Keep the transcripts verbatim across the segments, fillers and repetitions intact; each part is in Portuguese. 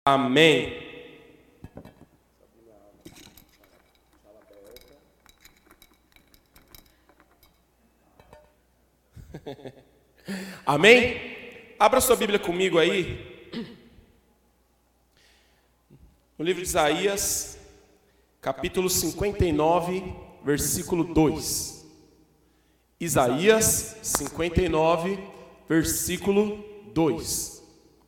Amém. Amém? Abra sua Bíblia comigo aí. No livro de Isaías, capítulo cinquenta e nove, versículo dois. Isaías cinquenta e nove, versículo dois.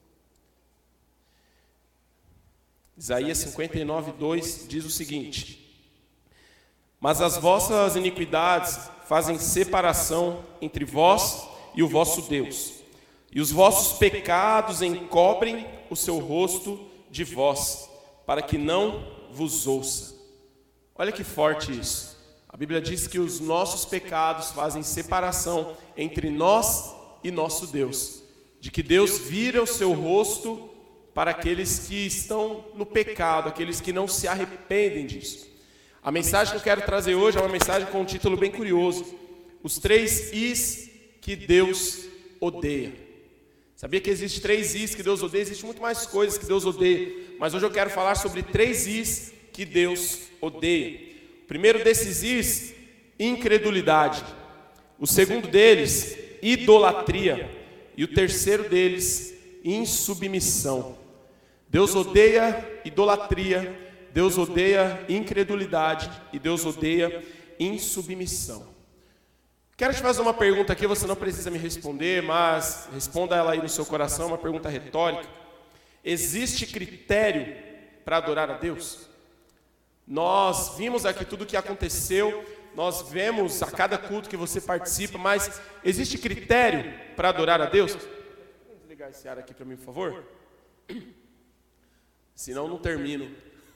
Isaías cinquenta e nove, dois diz o seguinte: Mas as vossas iniquidades fazem separação entre vós e o vosso Deus, e os vossos pecados encobrem o seu rosto de vós, para que não vos ouça. Olha que forte isso. A Bíblia diz que os nossos pecados fazem separação entre nós e nosso Deus, de que Deus vira o seu rosto para aqueles que estão no pecado, aqueles que não se arrependem disso. A mensagem que eu quero trazer hoje é uma mensagem com um título bem curioso: Os três Is que Deus odeia. Sabia que existe três Is que Deus odeia? Existem muito mais coisas que Deus odeia, mas hoje eu quero falar sobre três Is que Deus odeia. O primeiro desses Is, incredulidade. O segundo deles, idolatria. E o terceiro deles, insubmissão. Deus odeia idolatria, Deus odeia incredulidade e Deus odeia insubmissão. Quero te fazer uma pergunta aqui, você não precisa me responder, mas responda ela aí no seu coração, uma pergunta retórica. Existe critério para adorar a Deus? Nós vimos aqui tudo o que aconteceu, nós vemos a cada culto que você participa, mas existe critério para adorar a Deus? Vamos desligar esse ar aqui para mim, por favor? Senão não termino.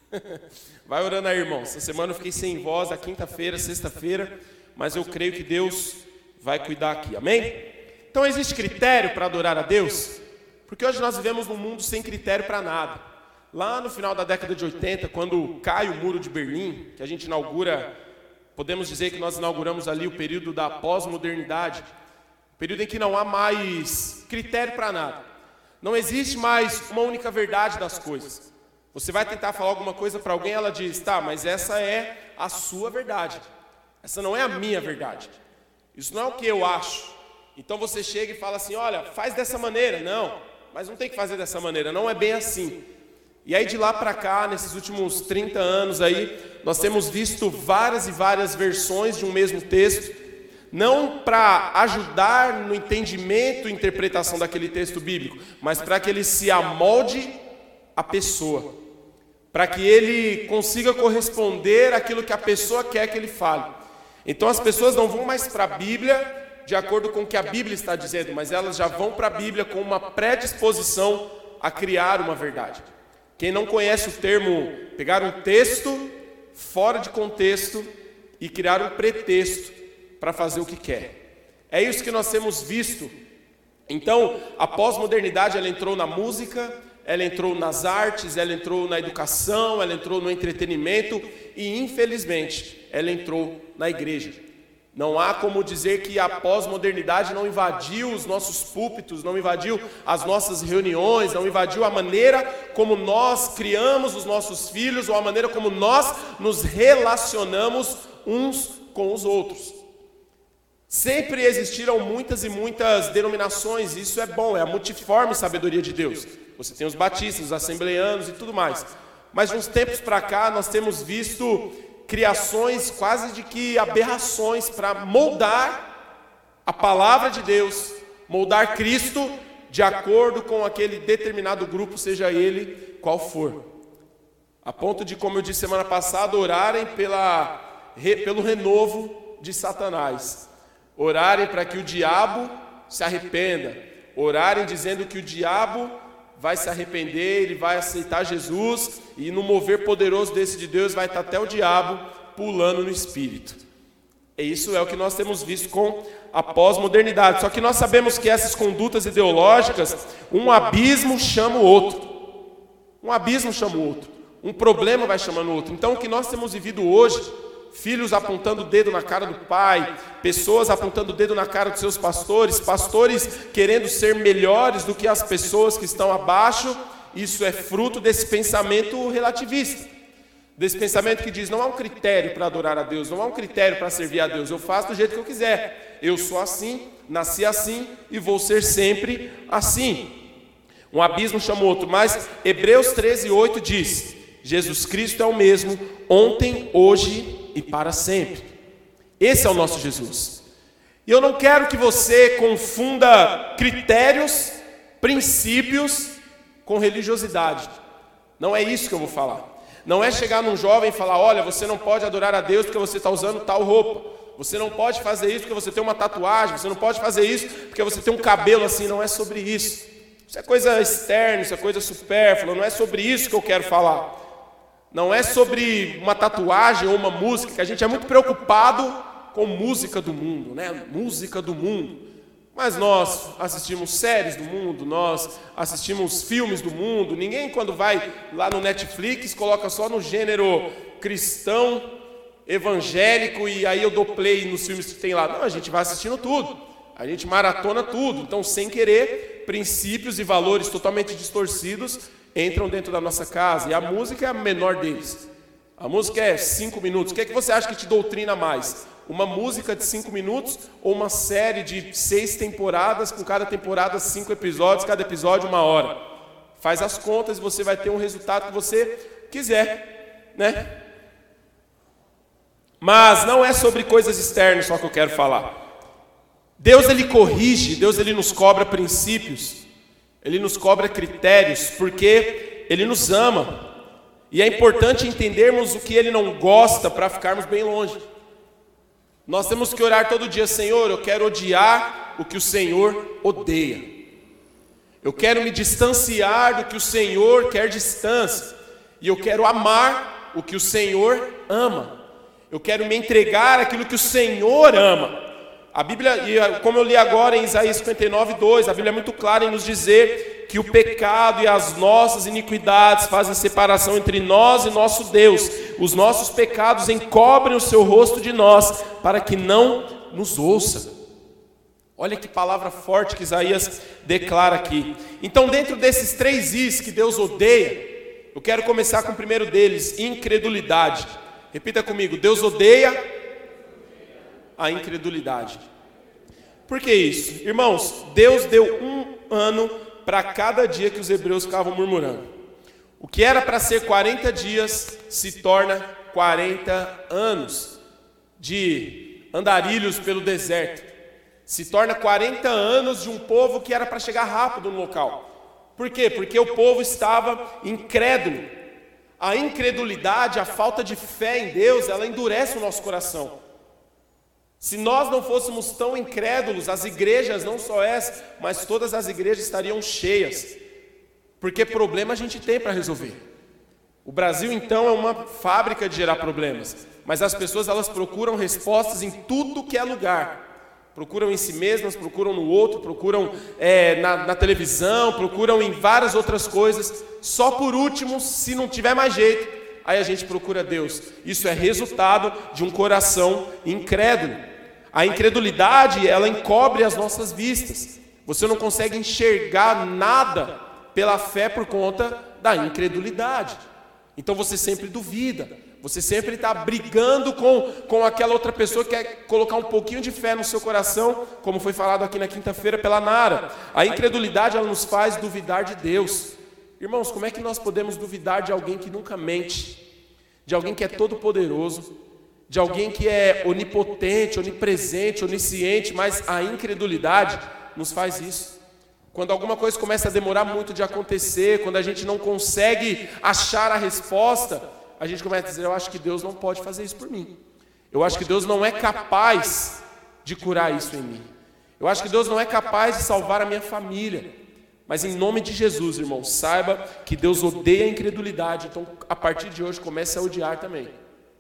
Vai orando aí, irmão. Essa semana eu fiquei sem voz, a quinta-feira, sexta-feira, mas eu creio que Deus vai cuidar aqui, amém? Então existe critério para adorar a Deus? Porque hoje nós vivemos num mundo sem critério para nada. Lá no final da década de oitenta, quando cai o muro de Berlim, que a gente inaugura, podemos dizer que nós inauguramos ali o período da pós-modernidade, período em que não há mais critério para nada. Não existe mais uma única verdade das coisas. Você vai tentar falar alguma coisa para alguém, ela diz, tá, mas essa é a sua verdade. Essa não é a minha verdade. Isso não é o que eu acho. Então você chega e fala assim, olha, faz dessa maneira. Não, mas não tem que fazer dessa maneira, não é bem assim. E aí de lá para cá, nesses últimos trinta anos aí, nós temos visto várias e várias versões de um mesmo texto, não para ajudar no entendimento e interpretação daquele texto bíblico, mas para que ele se amolde à pessoa, para que ele consiga corresponder àquilo que a pessoa quer que ele fale. Então as pessoas não vão mais para a Bíblia de acordo com o que a Bíblia está dizendo, mas elas já vão para a Bíblia com uma predisposição a criar uma verdade. Quem não conhece o termo, pegar um texto fora de contexto e criar um pretexto para fazer o que quer. É isso que nós temos visto. Então, a pós-modernidade, ela entrou na música, ela entrou nas artes, ela entrou na educação, ela entrou no entretenimento e, infelizmente, ela entrou na igreja. Não há como dizer que a pós-modernidade não invadiu os nossos púlpitos, não invadiu as nossas reuniões, não invadiu a maneira como nós criamos os nossos filhos ou a maneira como nós nos relacionamos uns com os outros. Sempre existiram muitas e muitas denominações, e isso é bom, é a multiforme sabedoria de Deus. Você tem os batistas, os assembleanos e tudo mais. Mas de uns tempos para cá nós temos visto criações quase de que aberrações para moldar a palavra de Deus, moldar Cristo de acordo com aquele determinado grupo, seja ele qual for. A ponto de, como eu disse semana passada, orarem pela, pelo renovo de Satanás. Orarem para que o diabo se arrependa. Orarem dizendo que o diabo vai se arrepender, ele vai aceitar Jesus, e no mover poderoso desse de Deus vai estar até o diabo pulando no espírito. E isso é o que nós temos visto com a pós-modernidade. Só que nós sabemos que essas condutas ideológicas, um abismo chama o outro. Um abismo chama o outro. Um problema vai chamando o outro. Então o que nós temos vivido hoje, filhos apontando o dedo na cara do pai, pessoas apontando o dedo na cara dos seus pastores, pastores querendo ser melhores do que as pessoas que estão abaixo, isso é fruto desse pensamento relativista. Desse pensamento que diz, não há um critério para adorar a Deus, não há um critério para servir a Deus, eu faço do jeito que eu quiser. Eu sou assim, nasci assim e vou ser sempre assim. Um abismo chama o outro, mas Hebreus treze, oito diz, Jesus Cristo é o mesmo ontem, hoje e para sempre. Esse é o nosso Jesus. E eu não quero que você confunda critérios, princípios com religiosidade. Não é isso que eu vou falar. Não é chegar num jovem e falar, olha, você não pode adorar a Deus porque você está usando tal roupa. Você não pode fazer isso porque você tem uma tatuagem. Você não pode fazer isso porque você tem um cabelo assim. Não é sobre isso. Isso é coisa externa, isso é coisa supérflua. Não é sobre isso que eu quero falar. Não é sobre uma tatuagem ou uma música, que a gente é muito preocupado com música do mundo, né? Música do mundo. Mas nós assistimos séries do mundo, nós assistimos filmes do mundo. Ninguém, quando vai lá no Netflix, coloca só no gênero cristão, evangélico, e aí eu dou play nos filmes que tem lá. Não, a gente vai assistindo tudo. A gente maratona tudo. Então, sem querer, princípios e valores totalmente distorcidos entram dentro da nossa casa. E a música é a menor deles. A música é cinco minutos. O que é que você acha que te doutrina mais? Uma música de cinco minutos ou uma série de seis temporadas, com cada temporada cinco episódios, cada episódio uma hora? Faz as contas e você vai ter um resultado que você quiser, né? Mas não é sobre coisas externas só que eu quero falar. Deus, ele corrige, Deus, ele nos cobra princípios, ele nos cobra critérios, porque ele nos ama. E é importante entendermos o que ele não gosta para ficarmos bem longe. Nós temos que orar todo dia, Senhor, eu quero odiar o que o Senhor odeia. Eu quero me distanciar do que o Senhor quer distância. E eu quero amar o que o Senhor ama. Eu quero me entregar àquilo que o Senhor ama. A Bíblia, como eu li agora em Isaías cinquenta e nove, dois, a Bíblia é muito clara em nos dizer que o pecado e as nossas iniquidades fazem separação entre nós e nosso Deus. Os nossos pecados encobrem o seu rosto de nós, para que não nos ouça. Olha que palavra forte que Isaías declara aqui. Então, dentro desses três is que Deus odeia, eu quero começar com o primeiro deles, incredulidade. Repita comigo, Deus odeia a incredulidade. Por que isso? Irmãos, Deus deu um ano para cada dia que os hebreus ficavam murmurando. O que era para ser quarenta dias se torna quarenta anos de andarilhos pelo deserto. Se torna quarenta anos de um povo que era para chegar rápido no local. Por quê? Porque o povo estava incrédulo. A incredulidade, a falta de fé em Deus, ela endurece o nosso coração. Se nós não fôssemos tão incrédulos, as igrejas, não só essa, mas todas as igrejas estariam cheias. Porque problema a gente tem para resolver. O Brasil, então, é uma fábrica de gerar problemas. Mas as pessoas, elas procuram respostas em tudo que é lugar. Procuram em si mesmas, procuram no outro, procuram é, na, na televisão, procuram em várias outras coisas. Só por último, se não tiver mais jeito, aí a gente procura Deus. Isso é resultado de um coração incrédulo. A incredulidade, ela encobre as nossas vistas. Você não consegue enxergar nada pela fé por conta da incredulidade. Então você sempre duvida. Você sempre está brigando com, com aquela outra pessoa que quer colocar um pouquinho de fé no seu coração, como foi falado aqui na quinta-feira pela Nara. A incredulidade, ela nos faz duvidar de Deus. Irmãos, como é que nós podemos duvidar de alguém que nunca mente? De alguém que é todo poderoso, de alguém que é onipotente, onipresente, onisciente, mas a incredulidade nos faz isso. Quando alguma coisa começa a demorar muito de acontecer, quando a gente não consegue achar a resposta, a gente começa a dizer, eu acho que Deus não pode fazer isso por mim. Eu acho que Deus não é capaz de curar isso em mim. Eu acho que Deus não é capaz de salvar a minha família. Mas em nome de Jesus, irmão, saiba que Deus odeia a incredulidade. Então, a partir de hoje, comece a odiar também.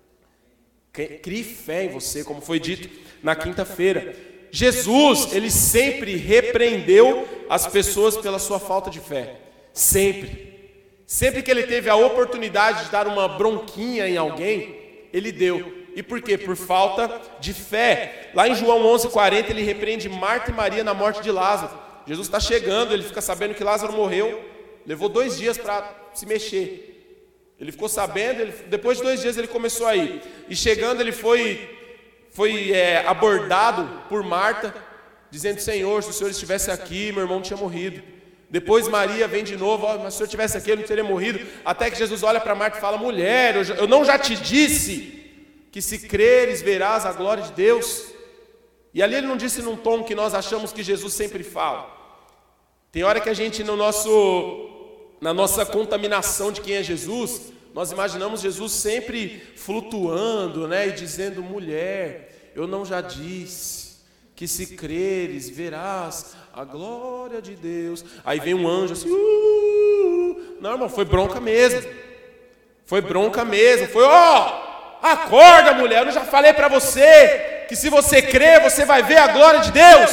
Crie fé em você, como foi dito na quinta-feira. Jesus, ele sempre repreendeu as pessoas pela sua falta de fé. Sempre. Sempre que ele teve a oportunidade de dar uma bronquinha em alguém, ele deu. E por quê? Por falta de fé. Lá em João onze, quarenta, ele repreende Marta e Maria na morte de Lázaro. Jesus está chegando, ele fica sabendo que Lázaro morreu. Levou dois dias para se mexer. Ele ficou sabendo, ele, depois de dois dias ele começou a ir. E chegando ele foi, foi é, abordado por Marta, dizendo: Senhor, se o Senhor estivesse aqui, meu irmão não tinha morrido. Depois Maria vem de novo: oh, mas se o Senhor estivesse aqui, ele não teria morrido. Até que Jesus olha para Marta e fala: mulher, eu, já, eu não já te disse que se creres verás a glória de Deus? E ali ele não disse num tom que nós achamos que Jesus sempre fala. Tem hora que a gente, no nosso, na nossa contaminação de quem é Jesus, nós imaginamos Jesus sempre flutuando, né, e dizendo: mulher, eu não já disse que se creres verás a glória de Deus. Aí vem um anjo assim, uh, não, irmão, foi bronca mesmo. Foi bronca mesmo. Foi, ó, oh, acorda, mulher, eu já falei para você que se você crer, você vai ver a glória de Deus.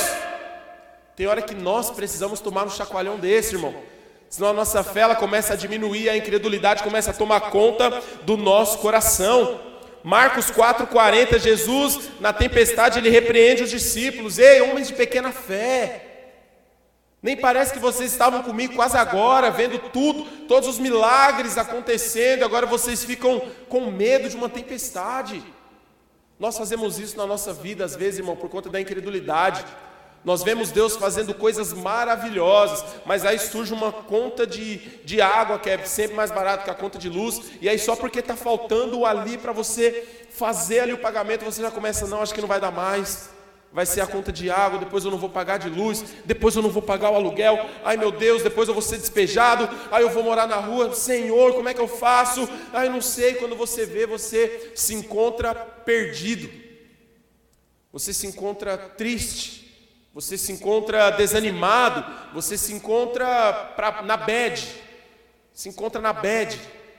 Tem hora que nós precisamos tomar um chacoalhão desse, irmão. Senão a nossa fé ela começa a diminuir, a incredulidade começa a tomar conta do nosso coração. Marcos quatro, quarenta, Jesus, na tempestade, ele repreende os discípulos: ei, homens de pequena fé, nem parece que vocês estavam comigo quase agora, vendo tudo, todos os milagres acontecendo, agora vocês ficam com medo de uma tempestade. Nós fazemos isso na nossa vida, às vezes, irmão, por conta da incredulidade. Nós vemos Deus fazendo coisas maravilhosas, mas aí surge uma conta de, de água, que é sempre mais barato que a conta de luz, e aí só porque está faltando ali para você fazer ali o pagamento, você já começa: não, acho que não vai dar mais, vai ser a conta de água, depois eu não vou pagar de luz, depois eu não vou pagar o aluguel, ai meu Deus, depois eu vou ser despejado, aí eu vou morar na rua, Senhor, como é que eu faço? Ai, não sei. Quando você vê, você se encontra perdido, você se encontra triste, você se encontra desanimado, você se encontra pra, na bad, se encontra na bad,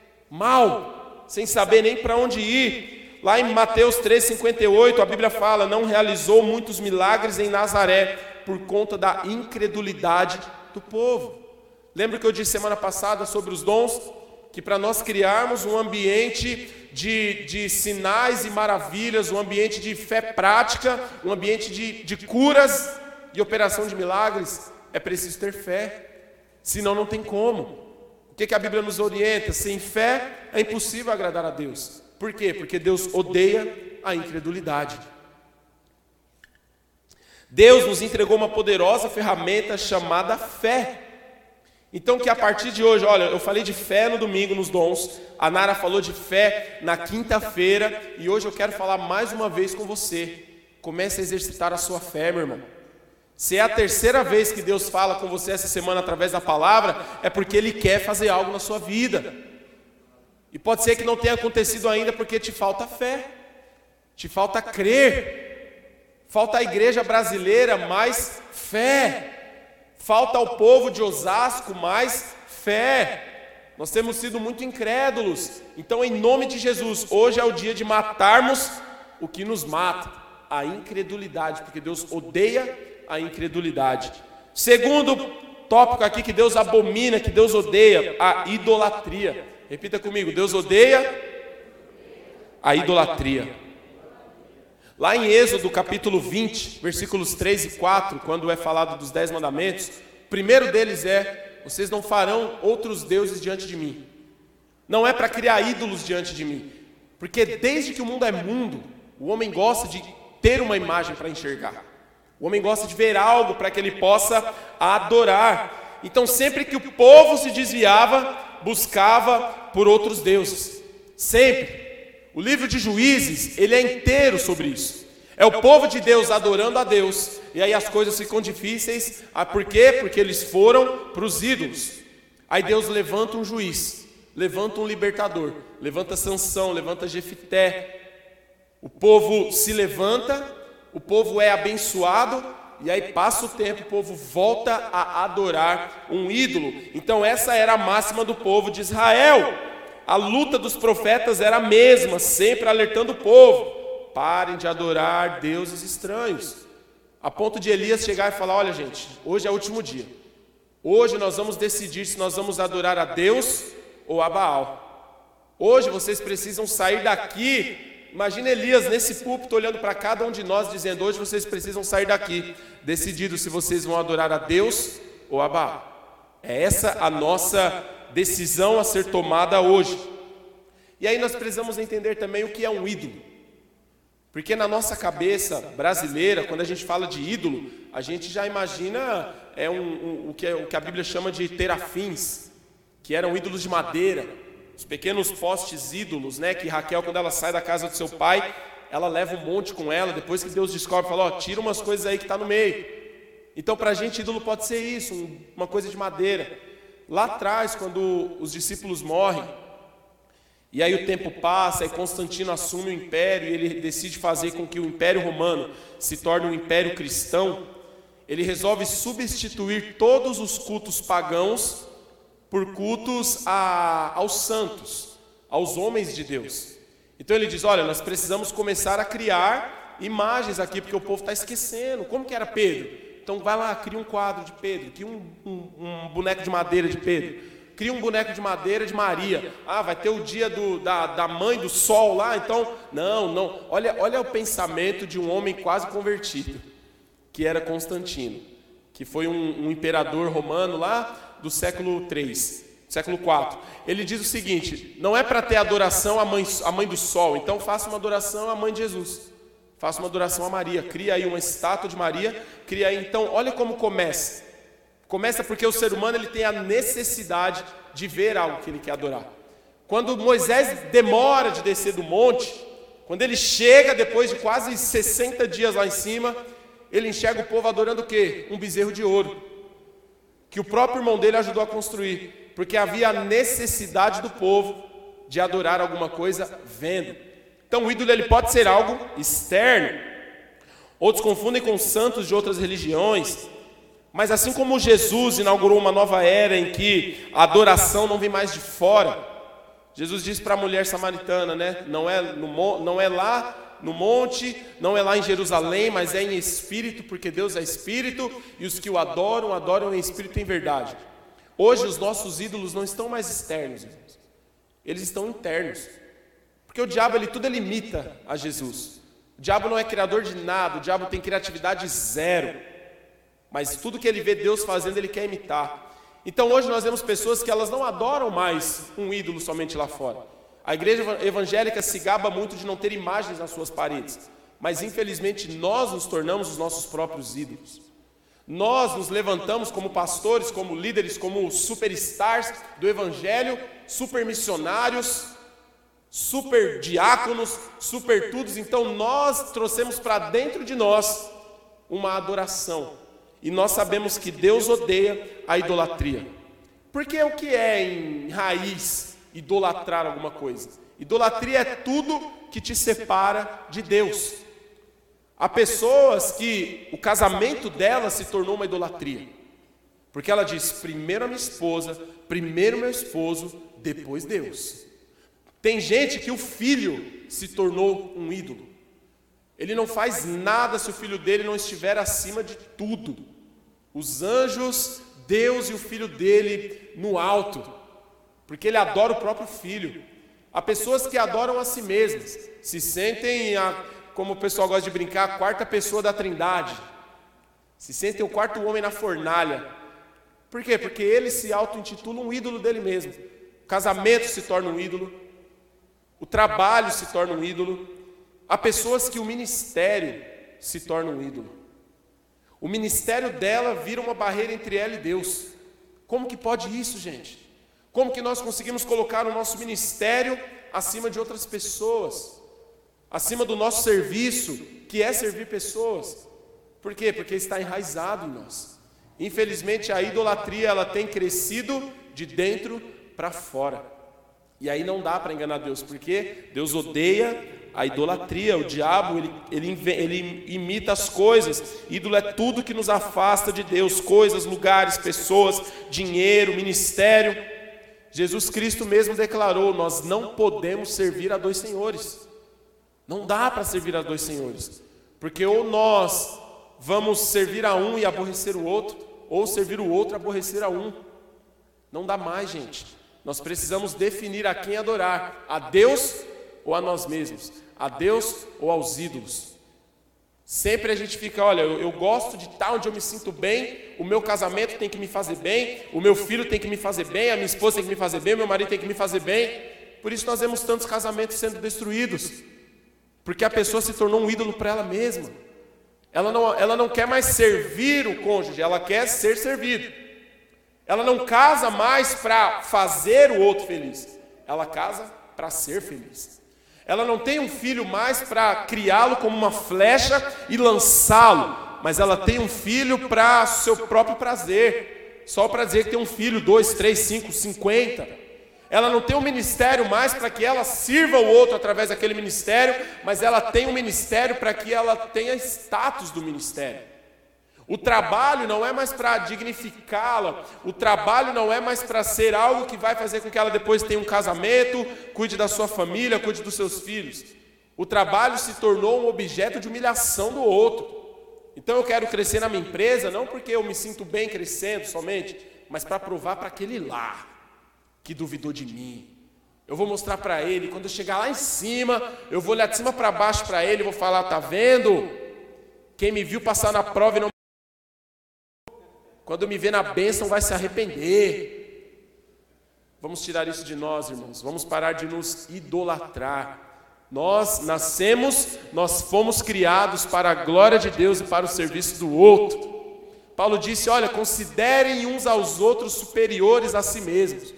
mal, sem saber nem para onde ir. Lá em Mateus três, cinquenta e oito, a Bíblia fala: não realizou muitos milagres em Nazaré por conta da incredulidade do povo. Lembra que eu disse semana passada sobre os dons? Que para nós criarmos um ambiente de, de sinais e maravilhas, um ambiente de fé prática, um ambiente de, de curas e operação de milagres, é preciso ter fé, senão não tem como. O que, que a Bíblia nos orienta? Sem fé é impossível agradar a Deus. Por quê? Porque Deus odeia a incredulidade. Deus nos entregou uma poderosa ferramenta chamada fé. Então que a partir de hoje, olha, eu falei de fé no domingo nos dons, a Nara falou de fé na quinta-feira, e hoje eu quero falar mais uma vez com você. Comece a exercitar a sua fé, meu irmão. Se é a terceira vez que Deus fala com você essa semana através da palavra, é porque Ele quer fazer algo na sua vida. E pode ser que não tenha acontecido ainda porque te falta fé, te falta crer, falta a igreja brasileira mais fé, falta ao povo de Osasco mais fé. Nós temos sido muito incrédulos. Então, em nome de Jesus, hoje é o dia de matarmos o que nos mata, a incredulidade, porque Deus odeia a incredulidade. Segundo tópico aqui que Deus abomina, que Deus odeia, a idolatria. Repita comigo: Deus odeia a idolatria. Lá em Êxodo capítulo vinte, versículos três e quatro, quando é falado dos dez mandamentos, o primeiro deles é: vocês não farão outros deuses diante de mim. Não é para criar ídolos diante de mim, porque desde que o mundo é mundo, o homem gosta de ter uma imagem para enxergar. O homem gosta de ver algo para que ele possa adorar. Então sempre que o povo se desviava, buscava por outros deuses. Sempre. O livro de Juízes, ele é inteiro sobre isso. É o povo de Deus adorando a Deus, e aí as coisas ficam difíceis. Ah, por quê? Porque eles foram para os ídolos. Aí Deus levanta um juiz, levanta um libertador, levanta Sansão, levanta Jefité. O povo se levanta, o povo é abençoado, e aí passa o tempo, o povo volta a adorar um ídolo. Então essa era a máxima do povo de Israel. A luta dos profetas era a mesma, sempre alertando o povo: parem de adorar deuses estranhos. A ponto de Elias chegar e falar: olha gente, hoje é o último dia. Hoje nós vamos decidir se nós vamos adorar a Deus ou a Baal. Hoje vocês precisam sair daqui. Imagina Elias nesse púlpito olhando para cada um de nós dizendo: hoje vocês precisam sair daqui decididos se vocês vão adorar a Deus ou a Baal. É essa a nossa decisão a ser tomada hoje. E aí nós precisamos entender também o que é um ídolo. Porque na nossa cabeça brasileira, quando a gente fala de ídolo, a gente já imagina é um, um, o, que é, o que a Bíblia chama de terafins, que eram ídolos de madeira, os pequenos postes ídolos, né, que Raquel, quando ela sai da casa do seu pai, ela leva um monte com ela, depois que Deus descobre, fala, ó, tira umas coisas aí que está no meio. Então, para a gente, ídolo pode ser isso, um, uma coisa de madeira. Lá atrás, quando os discípulos morrem, e aí o tempo passa, e Constantino assume o império, e ele decide fazer com que o Império Romano se torne um império cristão, ele resolve substituir todos os cultos pagãos por cultos a, aos santos, aos homens de Deus. Então ele diz, olha, nós precisamos começar a criar imagens aqui, porque o povo está esquecendo. Como que era Pedro? Então vai lá, cria um quadro de Pedro, cria um, um, um boneco de madeira de Pedro. Cria um boneco de madeira de Maria. Ah, vai ter o dia do, da, da mãe do sol lá, então... Não, não. Olha, olha o pensamento de um homem quase convertido, que era Constantino, que foi um, um imperador romano lá do século três, século quatro. Ele diz o seguinte, não é para ter adoração à mãe, à mãe do sol, então faça uma adoração à mãe de Jesus. Faça uma adoração a Maria. Cria aí uma estátua de Maria. Cria aí, então, olha como começa. Começa porque o ser humano ele tem a necessidade de ver algo que ele quer adorar. Quando Moisés demora de descer do monte, quando ele chega depois de quase sessenta dias lá em cima, ele enxerga o povo adorando o quê? Um bezerro de ouro, que o próprio irmão dele ajudou a construir, porque havia a necessidade do povo de adorar alguma coisa vendo. Então o ídolo ele pode ser algo externo. Outros confundem com santos de outras religiões. Mas assim como Jesus inaugurou uma nova era em que a adoração não vem mais de fora, Jesus disse para a mulher samaritana, né? Não é, no, não é lá no monte, não é lá em Jerusalém, mas é em espírito, porque Deus é espírito, e os que o adoram, adoram em espírito e em verdade. Hoje os nossos ídolos não estão mais externos, irmãos. Eles estão internos. Porque o diabo, ele tudo ele imita a Jesus. O diabo não é criador de nada, o diabo tem criatividade zero. Mas tudo que ele vê Deus fazendo, ele quer imitar. Então hoje nós vemos pessoas que elas não adoram mais um ídolo somente lá fora. A igreja evangélica se gaba muito de não ter imagens nas suas paredes. Mas infelizmente nós nos tornamos os nossos próprios ídolos. Nós nos levantamos como pastores, como líderes, como superstars do evangelho, super missionários, super diáconos, super tudos. Então nós trouxemos para dentro de nós uma adoração. E nós sabemos que Deus odeia a idolatria. Porque o que é em raiz idolatrar alguma coisa? Idolatria é tudo que te separa de Deus. Há pessoas que o casamento dela se tornou uma idolatria. Porque ela diz, primeiro a minha esposa, primeiro meu esposo, depois Deus. Tem gente que o filho se tornou um ídolo. Ele não faz nada se o filho dele não estiver acima de tudo. Os anjos, Deus e o filho dele no alto, porque ele adora o próprio filho. Há pessoas que adoram a si mesmas, se sentem, a, como o pessoal gosta de brincar, a quarta pessoa da trindade. Se sentem o quarto homem na fornalha. Por quê? Porque ele se auto-intitula um ídolo dele mesmo. O casamento se torna um ídolo, o trabalho se torna um ídolo. Há pessoas que o ministério se torna um ídolo. O ministério dela vira uma barreira entre ela e Deus. Como que pode isso, gente? Como que nós conseguimos colocar o nosso ministério acima de outras pessoas? Acima do nosso serviço, que é servir pessoas? Por quê? Porque está enraizado em nós. Infelizmente, a idolatria ela tem crescido de dentro para fora. E aí não dá para enganar Deus, porque Deus odeia a idolatria. O diabo, ele, ele, ele imita as coisas. Ídolo é tudo que nos afasta de Deus, coisas, lugares, pessoas, dinheiro, ministério. Jesus Cristo mesmo declarou, nós não podemos servir a dois senhores. Não dá para servir a dois senhores, porque ou nós vamos servir a um e aborrecer o outro, ou servir o outro e aborrecer a um. Não dá mais, gente. Nós precisamos definir a quem adorar, a Deus ou a nós mesmos, a Deus ou aos ídolos. Sempre a gente fica, olha, eu, eu gosto de estar onde eu me sinto bem, o meu casamento tem que me fazer bem, o meu filho tem que me fazer bem, a minha esposa tem que me fazer bem, o meu marido tem que me fazer bem. Por isso nós vemos tantos casamentos sendo destruídos, porque a pessoa se tornou um ídolo para ela mesma. Ela não, ela não quer mais servir o cônjuge, ela quer ser servido. Ela não casa mais para fazer o outro feliz, ela casa para ser feliz. Ela não tem um filho mais para criá-lo como uma flecha e lançá-lo, mas ela tem um filho para seu próprio prazer, só para dizer que tem um filho, dois, três, cinco, cinquenta. Ela não tem um ministério mais para que ela sirva o outro através daquele ministério, mas ela tem um ministério para que ela tenha status do ministério. O trabalho não é mais para dignificá-la, o trabalho não é mais para ser algo que vai fazer com que ela depois tenha um casamento, cuide da sua família, cuide dos seus filhos. O trabalho se tornou um objeto de humilhação do outro. Então eu quero crescer na minha empresa, não porque eu me sinto bem crescendo somente, mas para provar para aquele lá que duvidou de mim. Eu vou mostrar para ele, quando eu chegar lá em cima, eu vou olhar de cima para baixo para ele, vou falar, tá vendo? Quem me viu passar na prova e não... Quando me vê na bênção vai se arrepender. Vamos tirar isso de nós, irmãos. Vamos parar de nos idolatrar. Nós nascemos, nós fomos criados para a glória de Deus e para o serviço do outro. Paulo disse, olha, considerem uns aos outros superiores a si mesmos.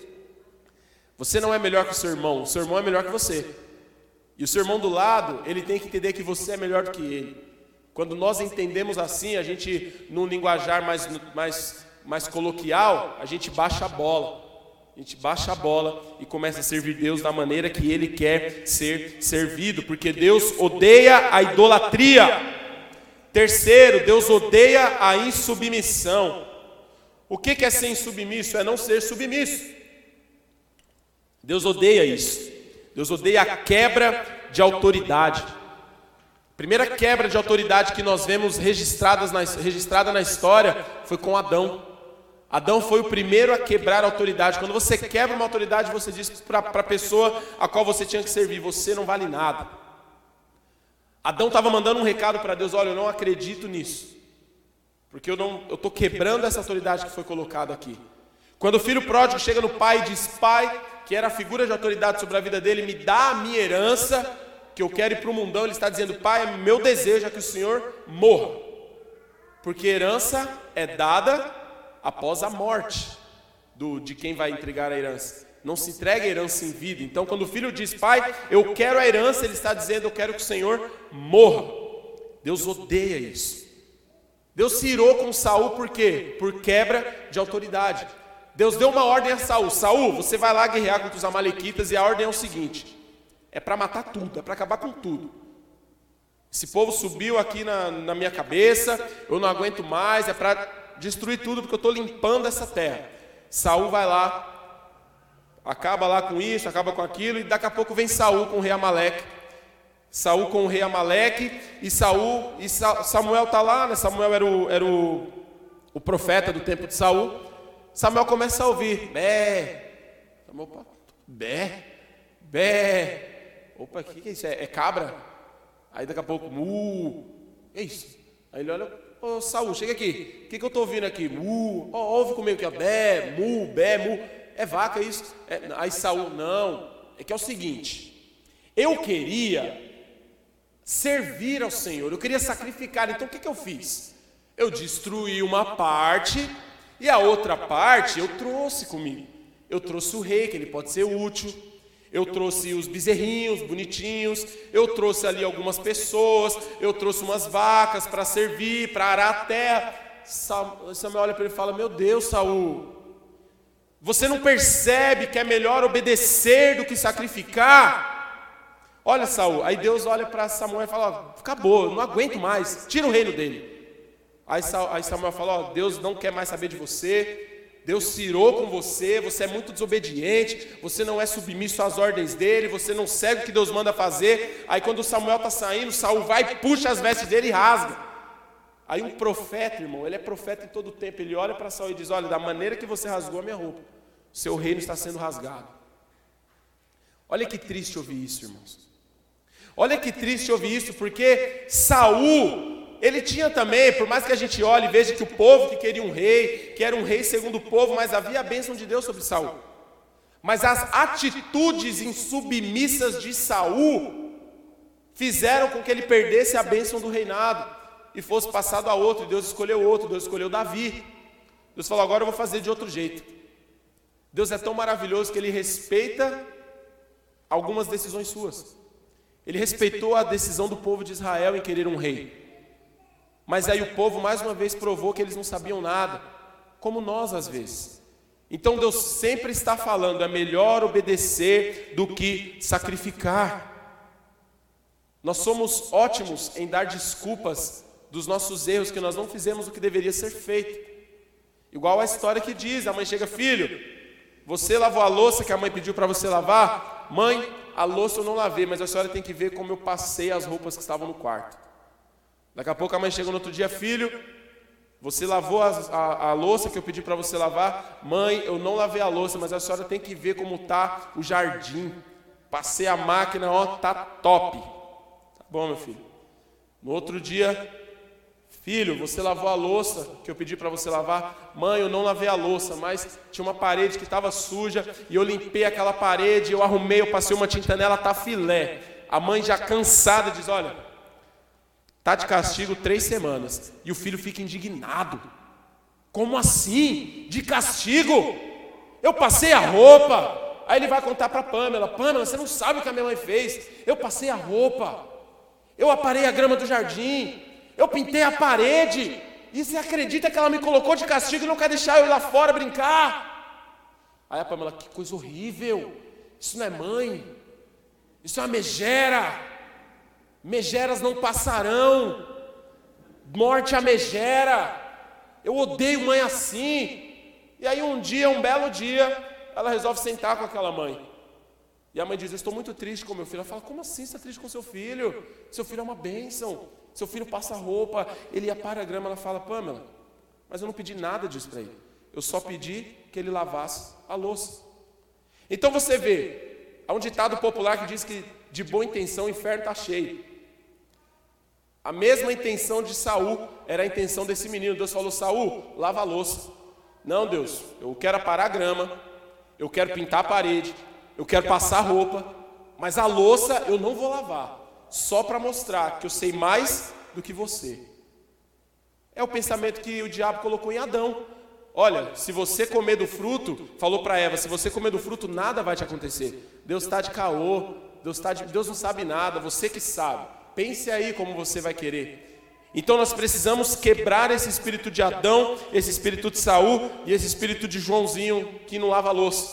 Você não é melhor que o seu irmão, o seu irmão é melhor que você. E o seu irmão do lado, ele tem que entender que você é melhor do que ele. Quando nós entendemos assim, a gente, num linguajar mais, mais, mais coloquial, a gente baixa a bola. A gente baixa a bola e começa a servir Deus da maneira que Ele quer ser servido, porque Deus odeia a idolatria. Terceiro, Deus odeia a insubmissão. O que é ser insubmisso? É não ser submisso. Deus odeia isso. Deus odeia a quebra de autoridade. A primeira quebra de autoridade que nós vemos registradas na, registrada na história foi com Adão. Adão foi o primeiro a quebrar a autoridade. Quando você quebra uma autoridade, você diz para a pessoa a qual você tinha que servir, você não vale nada. Adão estava mandando um recado para Deus, olha, eu não acredito nisso, porque eu não, eu estou quebrando essa autoridade que foi colocada aqui. Quando o filho pródigo chega no pai e diz, pai, que era a figura de autoridade sobre a vida dele, me dá a minha herança, que eu quero ir para o mundão, ele está dizendo, pai, meu desejo é que o Senhor morra, porque herança é dada após a morte do, de quem vai entregar a herança. Não se entrega a herança em vida. Então quando o filho diz, pai, eu quero a herança, ele está dizendo, eu quero que o Senhor morra. Deus odeia isso. Deus se irou com Saul por quê? Por quebra de autoridade. Deus deu uma ordem a Saul, Saul, você vai lá guerrear contra os amalequitas, e a ordem é o seguinte, é para matar tudo, é para acabar com tudo. Esse povo subiu aqui na, na minha cabeça, eu não aguento mais, é para destruir tudo, porque eu estou limpando essa terra. Saul vai lá, acaba lá com isso, acaba com aquilo, e daqui a pouco vem Saul com o rei Amaleque. Saul com o rei Amaleque, e Saul, e Sa, Samuel está lá, né? Samuel era, o, era o, o profeta do tempo de Saul. Samuel começa a ouvir, bé, Samuel, opa, bé, bé, opa, o que, que é isso? É, é cabra? Aí daqui a pouco, mu, é isso? Aí ele olha, ô Saul, chega aqui, o que, que eu estou ouvindo aqui? Mu, oh, ouve comigo aqui, ó, bé, mu, bé, mu, é vaca isso? É, aí Saul, não, é que é o seguinte, eu queria servir ao Senhor, eu queria sacrificar, então o que, que eu fiz? Eu destruí uma parte, e a outra parte eu trouxe comigo. Eu trouxe o rei, que ele pode ser útil. Eu trouxe os bezerrinhos bonitinhos. Eu trouxe ali algumas pessoas. Eu trouxe umas vacas para servir, para arar a terra. Samuel olha para ele e fala, meu Deus, Saul, você não percebe que é melhor obedecer do que sacrificar? Olha, Saul, aí Deus olha para Samuel e fala, acabou, eu não aguento mais, tira o reino dele. Aí Samuel fala, ó, Deus não quer mais saber de você, Deus se irou com você, você é muito desobediente, você não é submisso às ordens dele, você não segue o que Deus manda fazer. Aí quando Samuel está saindo, Saul vai, puxa as vestes dele e rasga. Aí um profeta, irmão, ele é profeta em todo o tempo, ele olha para Saul e diz, olha, da maneira que você rasgou a minha roupa, seu reino está sendo rasgado. Olha que triste ouvir isso, irmãos. Olha que triste ouvir isso, porque Saul ele tinha também, por mais que a gente olhe e veja que o povo que queria um rei, que era um rei segundo o povo, mas havia a bênção de Deus sobre Saul. Mas as atitudes insubmissas de Saul fizeram com que ele perdesse a bênção do reinado e fosse passado a outro. E Deus escolheu outro, Deus escolheu Davi. Deus falou, agora eu vou fazer de outro jeito. Deus é tão maravilhoso que Ele respeita algumas decisões suas. Ele respeitou a decisão do povo de Israel em querer um rei. Mas aí o povo mais uma vez provou que eles não sabiam nada, como nós às vezes. Então Deus sempre está falando, é melhor obedecer do que sacrificar. Nós somos ótimos em dar desculpas dos nossos erros, que nós não fizemos o que deveria ser feito. Igual a história que diz, a mãe chega, filho, você lavou a louça que a mãe pediu para você lavar? Mãe, a louça eu não lavei, mas a senhora tem que ver como eu passei as roupas que estavam no quarto. Daqui a pouco a mãe chega no outro dia, filho, você lavou a, a, a louça que eu pedi para você lavar? Mãe, eu não lavei a louça, mas a senhora tem que ver como está o jardim. Passei a máquina, ó, tá top. Tá bom, meu filho. No outro dia, filho, você lavou a louça que eu pedi para você lavar? Mãe, eu não lavei a louça, mas tinha uma parede que estava suja e eu limpei aquela parede, eu arrumei, eu passei uma tinta nela, tá filé. A mãe já cansada diz, olha, está de castigo três semanas. E o filho fica indignado. Como assim? De castigo? Eu passei a roupa. Aí ele vai contar para a Pâmela. Pâmela, você não sabe o que a minha mãe fez. Eu passei a roupa. Eu aparei a grama do jardim. Eu pintei a parede. E você acredita que ela me colocou de castigo e não quer deixar eu ir lá fora brincar? Aí a Pâmela, que coisa horrível. Isso não é mãe. Isso é uma megera. Megeras não passarão, morte a megera, eu odeio mãe assim. E aí um dia, um belo dia, ela resolve sentar com aquela mãe. E a mãe diz, eu estou muito triste com meu filho. Ela fala, como assim você está triste com seu filho? Seu filho é uma bênção, seu filho passa roupa, ele apara a grama. Ela fala, Pâmela, mas eu não pedi nada disso para ele. Eu só pedi que ele lavasse a louça. Então você vê, há um ditado popular que diz que de boa intenção o inferno está cheio. A mesma intenção de Saul era a intenção desse menino. Deus falou, Saul, lava a louça. Não, Deus, eu quero aparar a grama, eu quero pintar a parede, eu quero passar roupa, mas a louça eu não vou lavar, só para mostrar que eu sei mais do que você. É o pensamento que o diabo colocou em Adão. Olha, se você comer do fruto, falou para Eva, se você comer do fruto, nada vai te acontecer. Deus está de caô, Deus, tá de, Deus não sabe nada, você que sabe. Pense aí como você vai querer. Então nós precisamos quebrar esse espírito de Adão, esse espírito de Saul e esse espírito de Joãozinho que não lava a louça.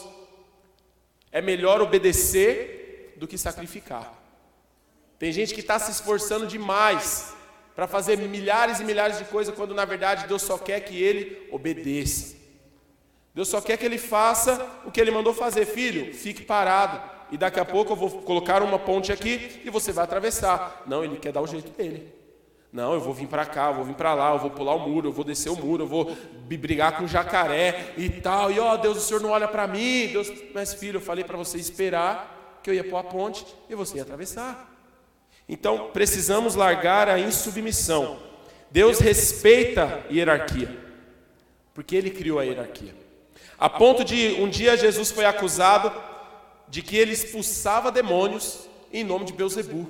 É melhor obedecer do que sacrificar. Tem gente que está se esforçando demais para fazer milhares e milhares de coisas, quando na verdade Deus só quer que ele obedeça. Deus só quer que ele faça o que ele mandou fazer. Filho, fique parado. E daqui a pouco eu vou colocar uma ponte aqui e você vai atravessar. Não, ele quer dar o jeito dele. Não, eu vou vir para cá, eu vou vir para lá, eu vou pular o muro, eu vou descer o muro, eu vou brigar com o jacaré e tal. E ó, Deus, o Senhor não olha para mim. Deus, mas filho, eu falei para você esperar que eu ia pôr a ponte e você ia atravessar. Então, precisamos largar a insubmissão. Deus respeita a hierarquia, porque Ele criou a hierarquia. A ponto de um dia Jesus foi acusado de que ele expulsava demônios em nome de Belzebu.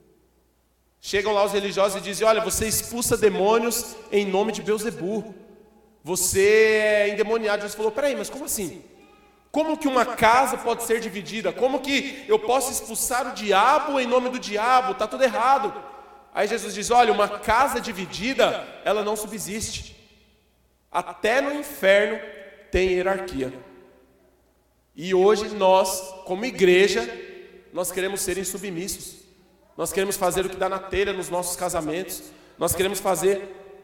Chegam lá os religiosos e dizem, olha, você expulsa demônios em nome de Belzebu. Você é endemoniado. Jesus falou, peraí, mas como assim? Como que uma casa pode ser dividida? Como que eu posso expulsar o diabo em nome do diabo? Está tudo errado. Aí Jesus diz, olha, uma casa dividida, ela não subsiste. Até no inferno tem hierarquia. E hoje nós, como igreja, nós queremos ser insubmissos. Nós queremos fazer o que dá na telha nos nossos casamentos. Nós queremos fazer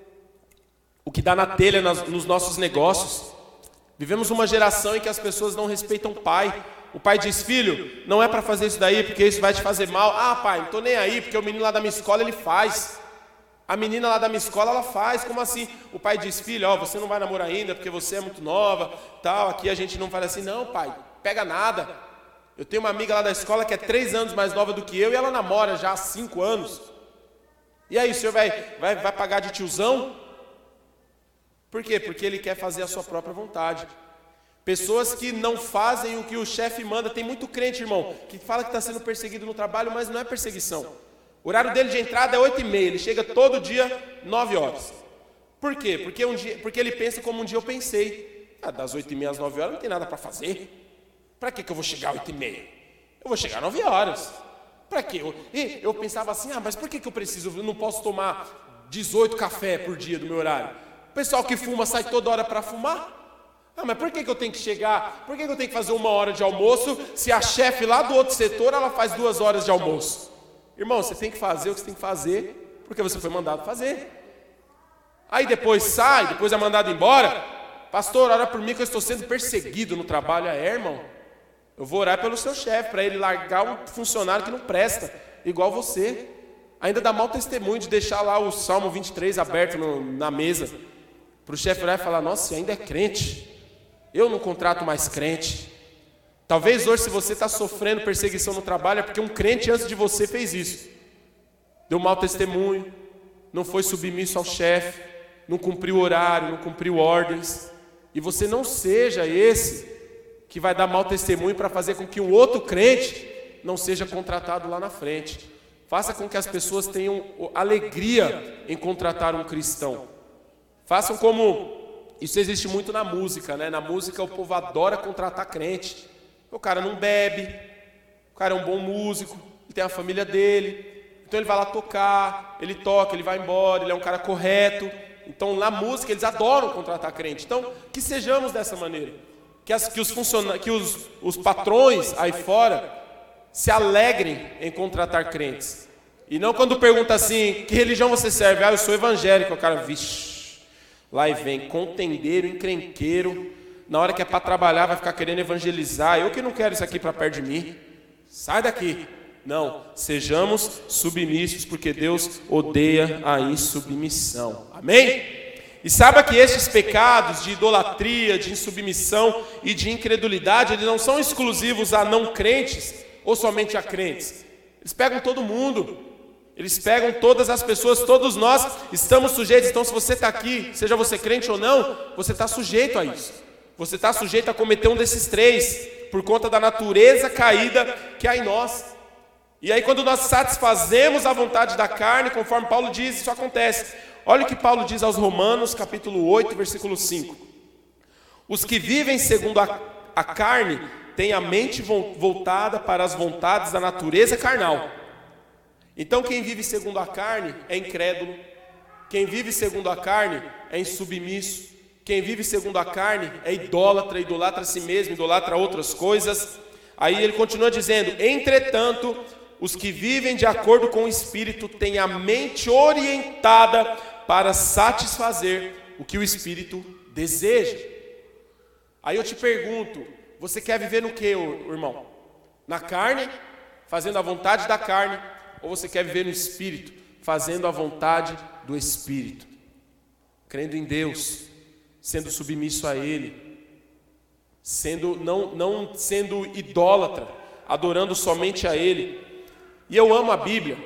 o que dá na telha nas, nos nossos negócios. Vivemos uma geração em que as pessoas não respeitam o pai. O pai diz, filho, não é para fazer isso daí, porque isso vai te fazer mal. Ah, pai, não estou nem aí, porque o menino lá da minha escola, ele faz. A menina lá da minha escola, ela faz. Como assim? O pai diz, filho, ó, você não vai namorar ainda, porque você é muito nova, tal. Aqui a gente não fala assim, não, pai, pega nada. Eu tenho uma amiga lá da escola que é três anos mais nova do que eu, e ela namora já há cinco anos. E aí, o senhor vai, vai, vai pagar de tiozão? Por quê? Porque ele quer fazer a sua própria vontade. Pessoas que não fazem o que o chefe manda. Tem muito crente, irmão, que fala que está sendo perseguido no trabalho, mas não é perseguição. O horário dele de entrada é oito e meia, ele chega todo dia nove horas. Por quê? Porque, um dia, porque ele pensa como um dia eu pensei. Ah, das oito e meia às nove horas não tem nada para fazer. Para que, que eu vou chegar às oito e meia? Eu vou chegar às nove horas. Para quê? Eu, e eu pensava assim, ah, mas por que, que eu preciso? Eu não posso tomar dezoito café por dia do meu horário. O pessoal que fuma sai toda hora para fumar. Ah, mas por que, que eu tenho que chegar? Por que, que eu tenho que fazer uma hora de almoço se a chefe lá do outro setor ela faz duas horas de almoço? Irmão, você tem que fazer o que você tem que fazer porque você foi mandado fazer. Aí depois sai, depois é mandado embora. Pastor, ora por mim que eu estou sendo perseguido no trabalho. É, irmão, eu vou orar pelo seu chefe para ele largar um funcionário que não presta, igual você. Ainda dá mau testemunho de deixar lá o Salmo vinte e três aberto no, na mesa, para o chefe olhar e falar, nossa, você ainda é crente. Eu não contrato mais crente. Talvez hoje, se você está sofrendo perseguição no trabalho, é porque um crente antes de você fez isso. Deu mau testemunho, não foi submisso ao chefe, não cumpriu horário, não cumpriu ordens. E você não seja esse que vai dar mau testemunho para fazer com que um outro crente não seja contratado lá na frente. Faça com que as pessoas tenham alegria em contratar um cristão. Façam como... Isso existe muito na música, né? Na música o povo adora contratar crente. O cara não bebe, o cara é um bom músico, ele tem a família dele, então ele vai lá tocar, ele toca, ele vai embora, ele é um cara correto. Então na música eles adoram contratar crente. Então que sejamos dessa maneira, que, as, que, os, funciona, que os, os patrões aí fora se alegrem em contratar crentes. E não quando pergunta assim, que religião você serve? Ah, eu sou evangélico. O cara, vixe. Lá e vem, contendeiro, encrenqueiro. Na hora que é para trabalhar, vai ficar querendo evangelizar. Eu que não quero isso aqui para perto de mim. Sai daqui. Não, sejamos submissos, porque Deus odeia a insubmissão. Amém? E saiba que estes pecados de idolatria, de insubmissão e de incredulidade, eles não são exclusivos a não crentes ou somente a crentes. Eles pegam todo mundo. Eles pegam todas as pessoas, todos nós estamos sujeitos. Então, se você está aqui, seja você crente ou não, você está sujeito a isso. Você está sujeito a cometer um desses três, por conta da natureza caída que há em nós. E aí, quando nós satisfazemos a vontade da carne, conforme Paulo diz, isso acontece. Olha o que Paulo diz aos Romanos, capítulo oito, versículo cinco. Os que vivem segundo a, a carne têm a mente voltada para as vontades da natureza carnal. Então quem vive segundo a carne é incrédulo, quem vive segundo a carne é insubmisso, quem vive segundo a carne é idólatra, idolatra a si mesmo, idolatra outras coisas. Aí ele continua dizendo, entretanto, os que vivem de acordo com o Espírito têm a mente orientada para satisfazer o que o Espírito deseja. Aí eu te pergunto, você quer viver no que, irmão? Na carne, fazendo a vontade da carne, ou você quer viver no Espírito, fazendo a vontade do Espírito, crendo em Deus, sendo submisso a Ele, sendo, não, não sendo idólatra, adorando somente a Ele. E eu amo a Bíblia,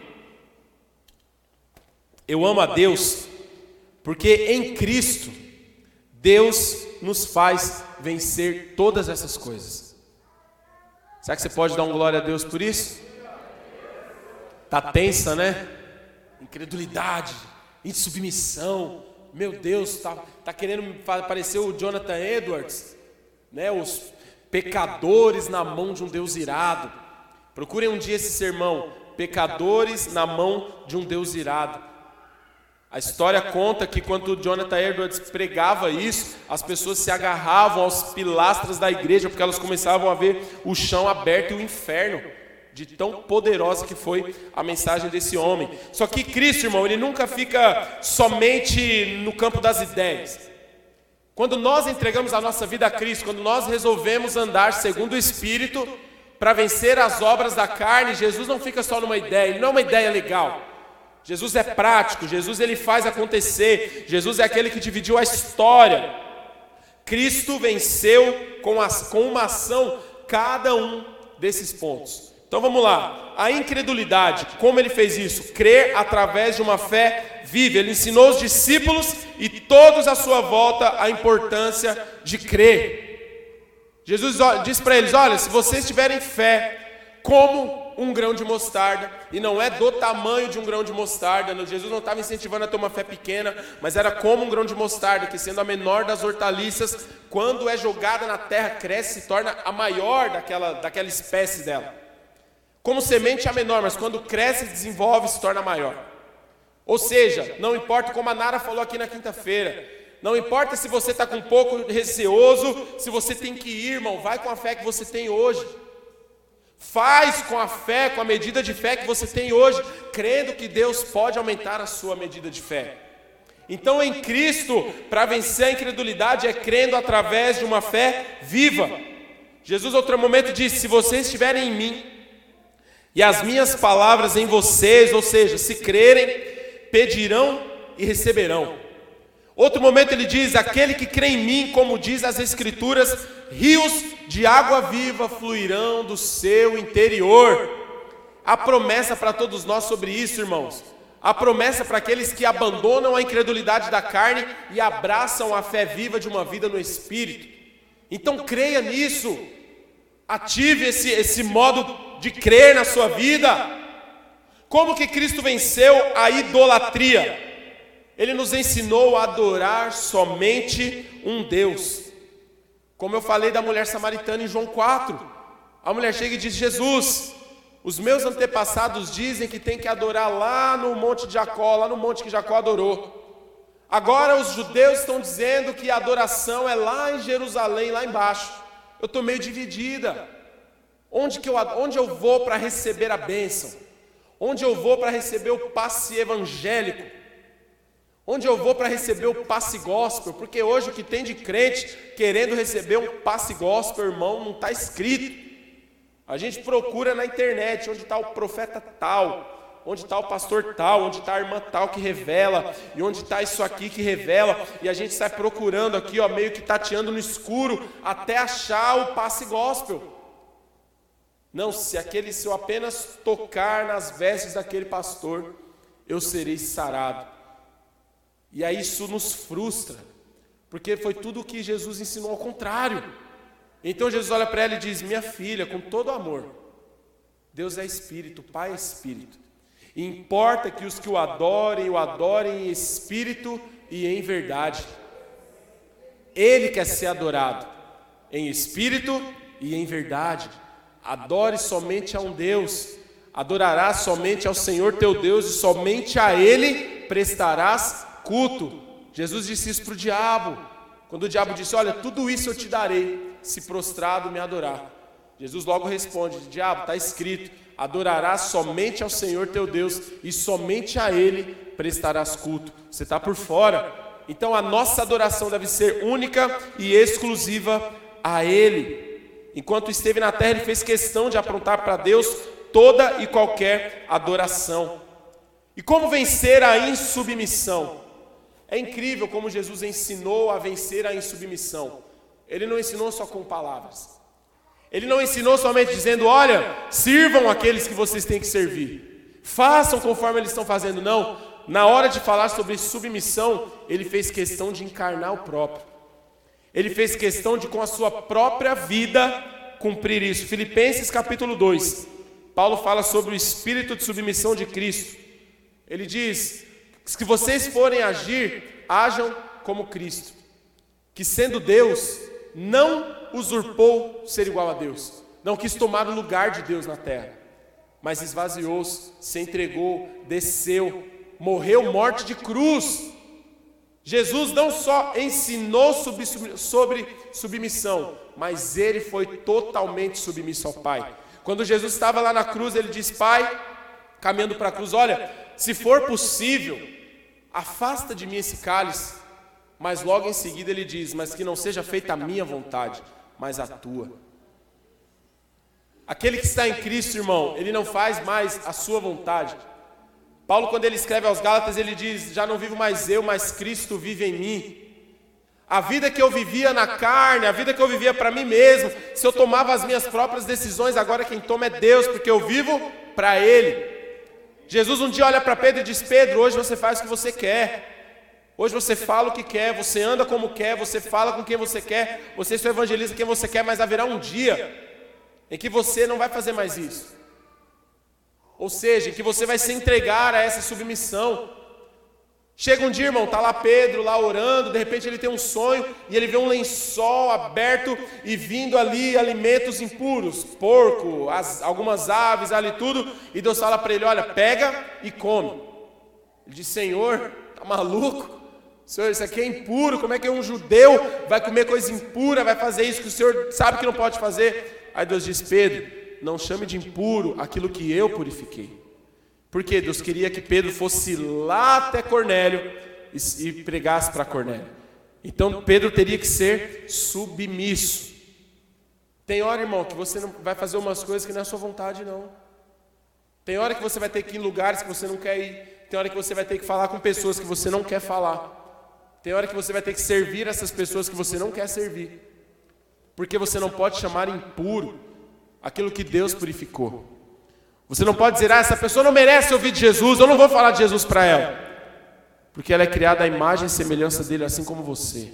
eu amo a Deus, porque em Cristo, Deus nos faz vencer todas essas coisas. Será que você pode dar um glória a Deus por isso? Tá tensa, né? Incredulidade, insubmissão. Meu Deus, tá, tá querendo parecer o Jonathan Edwards, né? Os pecadores na mão de um Deus irado. Procurem um dia esse sermão, pecadores na mão de um Deus irado. A história conta que quando o Jonathan Edwards pregava isso, as pessoas se agarravam aos pilastras da igreja, porque elas começavam a ver o chão aberto e o inferno, de tão poderosa que foi a mensagem desse homem. Só que Cristo, irmão, ele nunca fica somente no campo das ideias. Quando nós entregamos a nossa vida a Cristo, quando nós resolvemos andar segundo o Espírito para vencer as obras da carne, Jesus não fica só numa ideia, ele não é uma ideia legal. Jesus é prático, Jesus ele faz acontecer, Jesus é aquele que dividiu a história. Cristo venceu com, as, com uma ação cada um desses pontos. Então vamos lá. A incredulidade, como ele fez isso? Crer através de uma fé viva. Ele ensinou os discípulos e todos à sua volta a importância de crer. Jesus disse para eles: olha, se vocês tiverem fé como um grão de mostarda, e não é do tamanho de um grão de mostarda, Jesus não estava incentivando a ter uma fé pequena, mas era como um grão de mostarda, que sendo a menor das hortaliças, quando é jogada na terra, cresce e se torna a maior daquela, daquela espécie dela. Como semente é a menor, mas quando cresce e desenvolve, se torna maior. Ou seja, não importa, como a Nara falou aqui na quinta-feira, não importa se você está com um pouco receoso, se você tem que ir, irmão, vai com a fé que você tem hoje. Faz com a fé, com a medida de fé que você tem hoje, crendo que Deus pode aumentar a sua medida de fé. Então, em Cristo, para vencer a incredulidade, é crendo através de uma fé viva. Jesus, outro momento, disse: se vocês estiverem em mim, e as minhas palavras em vocês, ou seja, se crerem, pedirão e receberão. Outro momento ele diz: aquele que crê em mim, como diz as Escrituras, rios de água viva fluirão do seu interior. Há promessa para todos nós sobre isso, irmãos. Há promessa para aqueles que abandonam a incredulidade da carne e abraçam a fé viva de uma vida no Espírito. Então creia nisso. Ative esse, esse modo de crer na sua vida. Como que Cristo venceu a idolatria? Ele nos ensinou a adorar somente um Deus. Como eu falei da mulher samaritana em João quatro. A mulher chega e diz: Jesus, os meus antepassados dizem que tem que adorar lá no monte de Jacó, lá no monte que Jacó adorou. Agora os judeus estão dizendo que a adoração é lá em Jerusalém, lá embaixo. Eu estou meio dividida. Onde, que eu, onde eu vou para receber a bênção? Onde eu vou para receber o passe evangélico? Onde eu vou para receber o passe gospel? Porque hoje o que tem de crente querendo receber um passe gospel, irmão, não está escrito. A gente procura na internet onde está o profeta tal, onde está o pastor tal, onde está a irmã tal que revela, e onde está isso aqui que revela, e a gente sai procurando aqui, ó, meio que tateando no escuro, até achar o passe gospel. Não, se aquele, se eu apenas tocar nas vestes daquele pastor, eu serei sarado. E aí isso nos frustra, porque foi tudo o que Jesus ensinou ao contrário. Então Jesus olha para ela e diz: minha filha, com todo amor, Deus é Espírito, o Pai é Espírito. E importa que os que o adorem, o adorem em Espírito e em verdade. Ele quer ser adorado em Espírito e em verdade. Adore somente a um Deus. Adorarás somente ao Senhor teu Deus e somente a Ele prestarás culto. Jesus disse isso para o diabo. Quando o diabo disse: olha, tudo isso eu te darei, se prostrado me adorar. Jesus logo responde: diabo, está escrito, adorarás somente ao Senhor teu Deus e somente a Ele prestarás culto. Você está por fora. Então a nossa adoração deve ser única e exclusiva a Ele. Enquanto esteve na terra, Ele fez questão de aprontar para Deus toda e qualquer adoração. E como vencer a insubmissão? É incrível como Jesus ensinou a vencer a insubmissão. Ele não ensinou só com palavras. Ele não ensinou somente dizendo: olha, sirvam aqueles que vocês têm que servir. Façam conforme eles estão fazendo. Não. Na hora de falar sobre submissão, Ele fez questão de encarnar o próprio. Ele fez questão de, com a sua própria vida, cumprir isso. Filipenses capítulo dois. Paulo fala sobre o espírito de submissão de Cristo. Ele diz: se vocês forem agir, ajam como Cristo, que sendo Deus, não usurpou ser igual a Deus, não quis tomar o lugar de Deus na terra, mas esvaziou-se, se entregou, desceu, morreu morte de cruz. Jesus não só ensinou sobre, sobre submissão, mas Ele foi totalmente submisso ao Pai. Quando Jesus estava lá na cruz, Ele disse: Pai, caminhando para a cruz, olha, se for possível, afasta de mim esse cálice. Mas logo em seguida Ele diz: mas que não seja feita a minha vontade, mas a tua. Aquele que está em Cristo, irmão, ele não faz mais a sua vontade. Paulo, quando ele escreve aos Gálatas, ele diz: já não vivo mais eu, mas Cristo vive em mim. A vida que eu vivia na carne, a vida que eu vivia para mim mesmo, se eu tomava as minhas próprias decisões, agora quem toma é Deus, porque eu vivo para Ele. Jesus um dia olha para Pedro e diz: Pedro, hoje você faz o que você quer. Hoje você fala o que quer, você anda como quer, você fala com quem você quer, você só evangeliza quem você quer, mas haverá um dia em que você não vai fazer mais isso. Ou seja, em que você vai se entregar a essa submissão. Chega um dia, irmão, está lá Pedro, lá orando, de repente ele tem um sonho e ele vê um lençol aberto e vindo ali alimentos impuros, porco, as, algumas aves ali tudo, e Deus fala para ele: olha, pega e come. Ele diz: Senhor, tá maluco? Senhor, isso aqui é impuro, como é que um judeu vai comer coisa impura, vai fazer isso que o Senhor sabe que não pode fazer? Aí Deus diz: Pedro, não chame de impuro aquilo que eu purifiquei. Porque Deus queria que Pedro fosse lá até Cornélio e, e pregasse para Cornélio. Então Pedro teria que ser submisso. Tem hora, irmão, que você não vai fazer umas coisas que não é a sua vontade, não. Tem hora que você vai ter que ir em lugares que você não quer ir. Tem hora que você vai ter que falar com pessoas que você não quer falar. Tem hora que você vai ter que servir essas pessoas que você não quer servir. Porque você não pode chamar impuro aquilo que Deus purificou. Você não pode dizer: ah, essa pessoa não merece ouvir de Jesus, eu não vou falar de Jesus para ela. Porque ela é criada à imagem e semelhança dele, assim como você,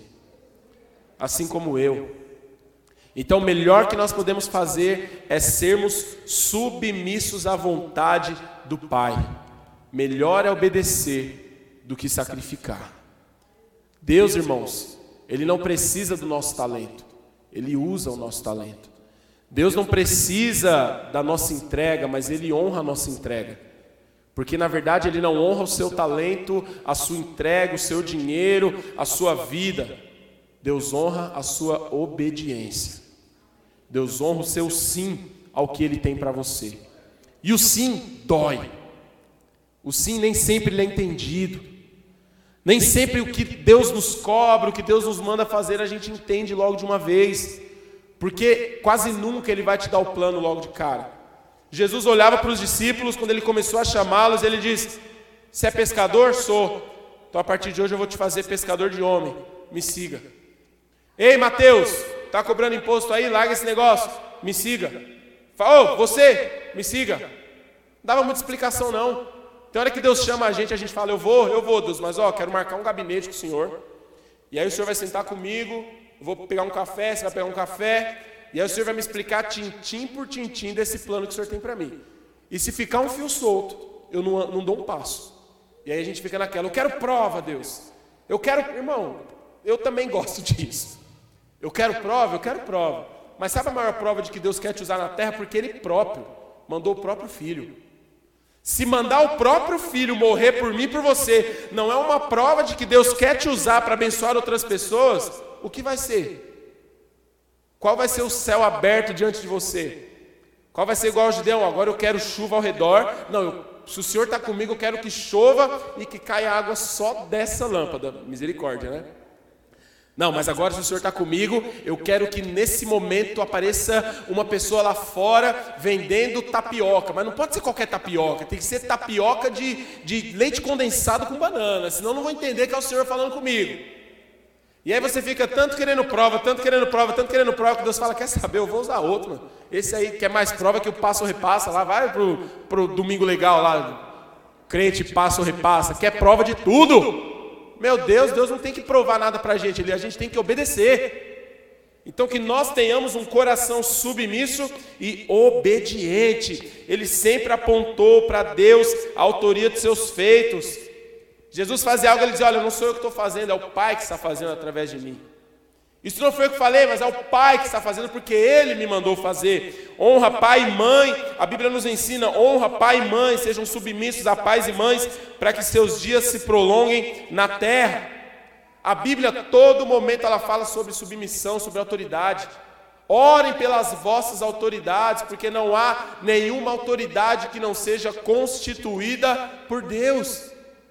assim como eu. Então o melhor que nós podemos fazer é sermos submissos à vontade do Pai. Melhor é obedecer do que sacrificar. Deus, irmãos, Ele não precisa do nosso talento, Ele usa o nosso talento. Deus não precisa da nossa entrega, mas Ele honra a nossa entrega. Porque na verdade Ele não honra o seu talento, a sua entrega, o seu dinheiro, a sua vida. Deus honra a sua obediência. Deus honra o seu sim ao que Ele tem para você. E o sim dói. O sim nem sempre ele é entendido. Nem sempre o que Deus nos cobra, o que Deus nos manda fazer, a gente entende logo de uma vez. Porque quase nunca Ele vai te dar o plano logo de cara. Jesus olhava para os discípulos, quando Ele começou a chamá-los, Ele disse: você é pescador? Sou. Então a partir de hoje eu vou te fazer pescador de homem. Me siga. Ei, Mateus, está cobrando imposto aí? Larga esse negócio. Me siga. Ô, oh, você, me siga. Não dava muita explicação não. Tem hora que Deus chama a gente, a gente fala: eu vou, eu vou, Deus, mas ó, quero marcar um gabinete com o Senhor. E aí o Senhor vai sentar comigo. Eu vou pegar um café, você vai pegar um café, e aí o Senhor vai me explicar tintim por tintim desse plano que o Senhor tem para mim. E se ficar um fio solto, eu não, não dou um passo. E aí a gente fica naquela: eu quero prova, Deus. Eu quero, irmão, eu também gosto disso. Eu quero prova, eu quero prova. Mas sabe a maior prova de que Deus quer te usar na terra? Porque Ele próprio mandou o próprio Filho. Se mandar o próprio Filho morrer por mim e por você, não é uma prova de que Deus quer te usar para abençoar outras pessoas? O que vai ser? Qual vai ser o céu aberto diante de você? Qual vai ser igual ao Gideão? Agora eu quero chuva ao redor. Não, eu, se o Senhor está comigo, eu quero que chova e que caia água só dessa lâmpada. Misericórdia, né? Não, mas agora se o Senhor está comigo, eu quero que nesse momento apareça uma pessoa lá fora vendendo tapioca. Mas não pode ser qualquer tapioca, tem que ser tapioca de, de leite condensado com banana. Senão eu não vou entender que é o Senhor falando comigo. E aí você fica tanto querendo prova, tanto querendo prova, tanto querendo prova, que Deus fala: quer saber, eu vou usar outro, mano. Esse aí quer mais prova que o passa ou repassa lá, vai pro, pro domingo legal lá, crente passa ou repassa, quer prova de tudo. Meu Deus, Deus não tem que provar nada pra gente, a gente tem que obedecer. Então que nós tenhamos um coração submisso e obediente. Ele sempre apontou para Deus a autoria de seus feitos. Jesus fazia algo, ele dizia: olha, não sou eu que estou fazendo, é o Pai que está fazendo através de mim. Isso não foi eu que falei, mas é o Pai que está fazendo, porque Ele me mandou fazer. Honra pai e mãe, a Bíblia nos ensina: honra pai e mãe, sejam submissos a pais e mães, para que seus dias se prolonguem na terra. A Bíblia, a todo momento, ela fala sobre submissão, sobre autoridade. Orem pelas vossas autoridades, porque não há nenhuma autoridade que não seja constituída por Deus.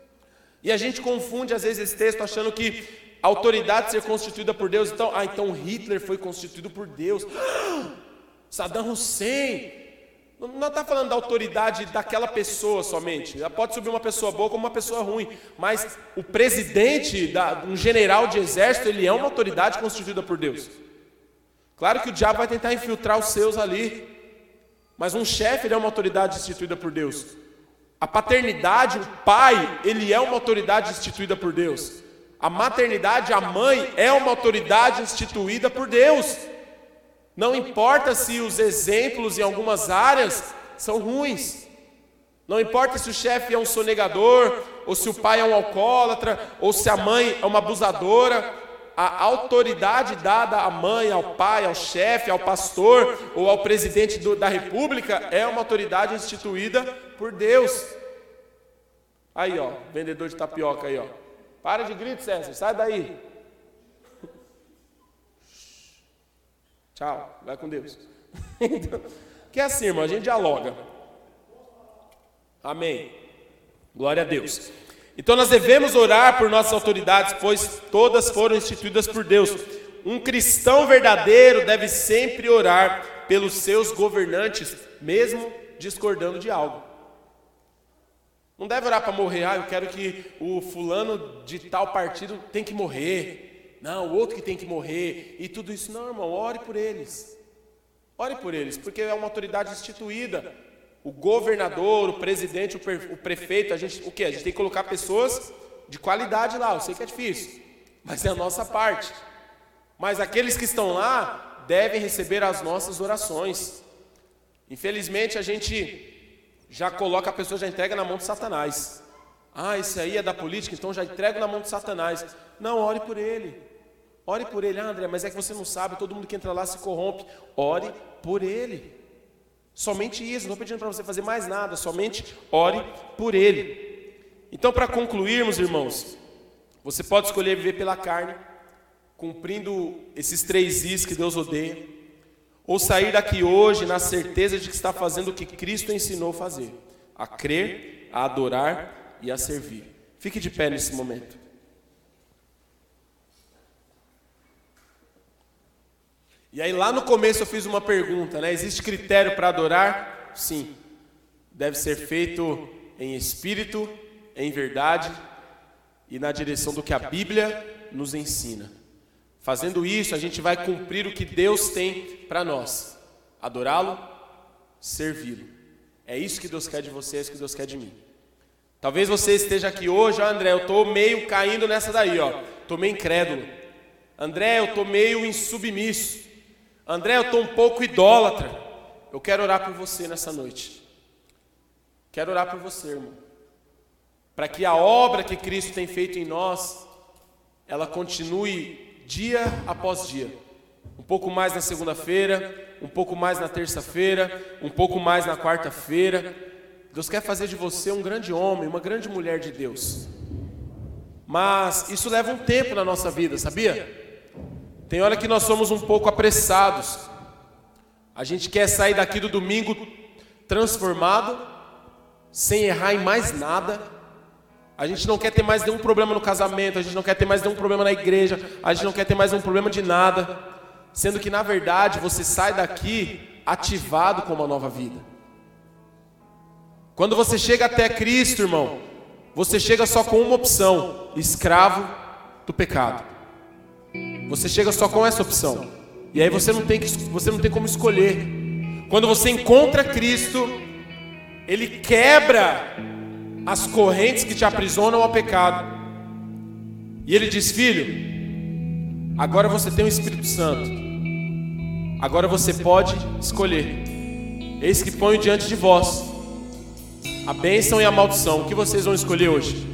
E a gente confunde às vezes esse texto achando que a autoridade ser constituída por Deus, então, ah, então Hitler foi constituído por Deus. Saddam Hussein. Não está falando da autoridade daquela pessoa somente. Ela pode subir uma pessoa boa como uma pessoa ruim. Mas o presidente, da, um general de exército, ele é uma autoridade constituída por Deus. Claro que o diabo vai tentar infiltrar os seus ali. Mas um chefe, ele é uma autoridade instituída por Deus. A paternidade, o pai, ele é uma autoridade instituída por Deus. A maternidade, a mãe, é uma autoridade instituída por Deus. Não importa se os exemplos em algumas áreas são ruins. Não importa se o chefe é um sonegador, ou se o pai é um alcoólatra, ou se a mãe é uma abusadora. A autoridade dada à mãe, ao pai, ao chefe, ao pastor ou ao presidente do, da república é uma autoridade instituída por Deus. Aí, ó, vendedor de tapioca aí, ó. Para de grito, César, sai daí. Tchau, vai com Deus. Então, que é assim, irmão, a gente dialoga. Amém. Glória a Deus. Então nós devemos orar por nossas autoridades, pois todas foram instituídas por Deus. Um cristão verdadeiro deve sempre orar pelos seus governantes, mesmo discordando de algo. Não deve orar para morrer. Ah, eu quero que o fulano de tal partido tem que morrer. Não, o outro que tem que morrer. E tudo isso. Não, irmão, ore por eles. Ore por eles, porque é uma autoridade instituída. O governador, o presidente, o prefeito, a gente, o quê? A gente tem que colocar pessoas de qualidade lá. Eu sei que é difícil, mas é a nossa parte. Mas aqueles que estão lá devem receber as nossas orações. Infelizmente, a gente já coloca a pessoa, já entrega na mão de Satanás. Ah, esse aí é da política, então já entrega na mão de Satanás. Não, ore por ele. Ore por ele. Ah, André, mas é que você não sabe, todo mundo que entra lá se corrompe. Ore por ele. Somente isso, não estou pedindo para você fazer mais nada, somente ore por ele. Então, para concluirmos, irmãos, você pode escolher viver pela carne, cumprindo esses três is que Deus odeia, ou sair daqui hoje na certeza de que está fazendo o que Cristo ensinou a fazer, a crer, a adorar e a servir. Fique de pé nesse momento. E aí lá no começo eu fiz uma pergunta, né? Existe critério para adorar? Sim. Deve ser feito em espírito, em verdade e na direção do que a Bíblia nos ensina. Fazendo isso, a gente vai cumprir o que Deus tem para nós. Adorá-lo, servi-lo. É isso que Deus quer de você, é isso que Deus quer de mim. Talvez você esteja aqui hoje, ó, André, eu estou meio caindo nessa daí, ó. Estou meio incrédulo. André, eu estou meio insubmisso. André, eu estou um pouco idólatra. Eu quero orar por você nessa noite. Quero orar por você, irmão. Para que a obra que Cristo tem feito em nós, ela continue dia após dia. Um pouco mais na segunda-feira, um pouco mais na terça-feira, um pouco mais na quarta-feira. Deus quer fazer de você um grande homem, uma grande mulher de Deus. Mas isso leva um tempo na nossa vida, sabia? Tem hora que nós somos um pouco apressados. A gente quer sair daqui do domingo transformado, sem errar em mais nada. A gente não quer ter mais nenhum problema no casamento, a gente não quer ter mais nenhum problema na igreja, a gente não quer ter mais nenhum problema de nada. Sendo que, na verdade, você sai daqui ativado com uma nova vida. Quando você chega até Cristo, irmão, você chega só com uma opção: escravo do pecado. Você chega só com essa opção. E aí você não tem, que, você não tem como escolher. Quando você encontra Cristo, Ele quebra as correntes que te aprisionam ao pecado. E Ele diz: filho, agora você tem o Espírito Santo. Agora você pode escolher. Eis que ponho diante de vós a bênção e a maldição. O que vocês vão escolher hoje?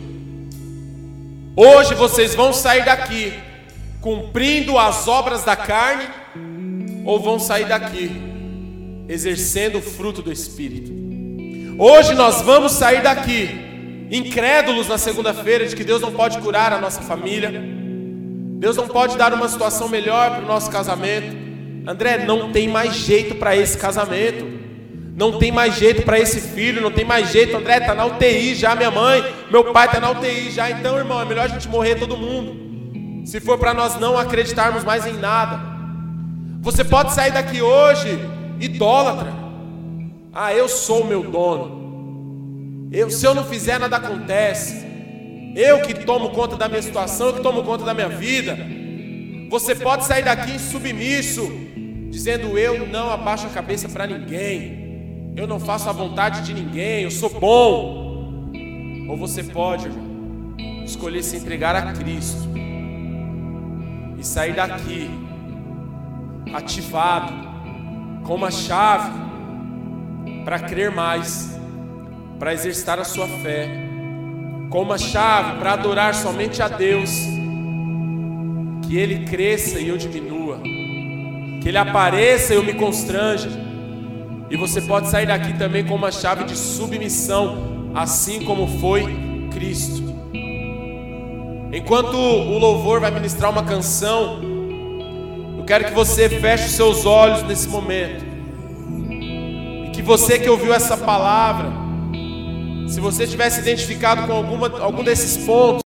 Hoje vocês vão sair daqui cumprindo as obras da carne, ou vão sair daqui exercendo o fruto do Espírito? Hoje nós vamos sair daqui incrédulos na segunda-feira de que Deus não pode curar a nossa família, Deus não pode dar uma situação melhor para o nosso casamento. André, não tem mais jeito para esse casamento, não tem mais jeito para esse filho, não tem mais jeito. André, está na U T I já, minha mãe, meu pai está na U T I já. Então, irmão, é melhor a gente morrer todo mundo, se for para nós não acreditarmos mais em nada. Você pode sair daqui hoje idólatra. Ah, eu sou o meu dono. Eu, se eu não fizer, nada acontece. Eu que tomo conta da minha situação, eu que tomo conta da minha vida. Você pode sair daqui insubmisso, dizendo: eu não abaixo a cabeça para ninguém, eu não faço a vontade de ninguém, eu sou bom. Ou você pode, irmão, escolher se entregar a Cristo e sair daqui ativado, com uma chave para crer mais, para exercitar a sua fé, com uma chave para adorar somente a Deus. Que Ele cresça e eu diminua, que Ele apareça e eu me constranja. E você pode sair daqui também com uma chave de submissão, assim como foi Cristo. Enquanto o louvor vai ministrar uma canção, eu quero que você feche os seus olhos nesse momento, e que você que ouviu essa palavra, se você tivesse identificado com alguma, algum desses pontos,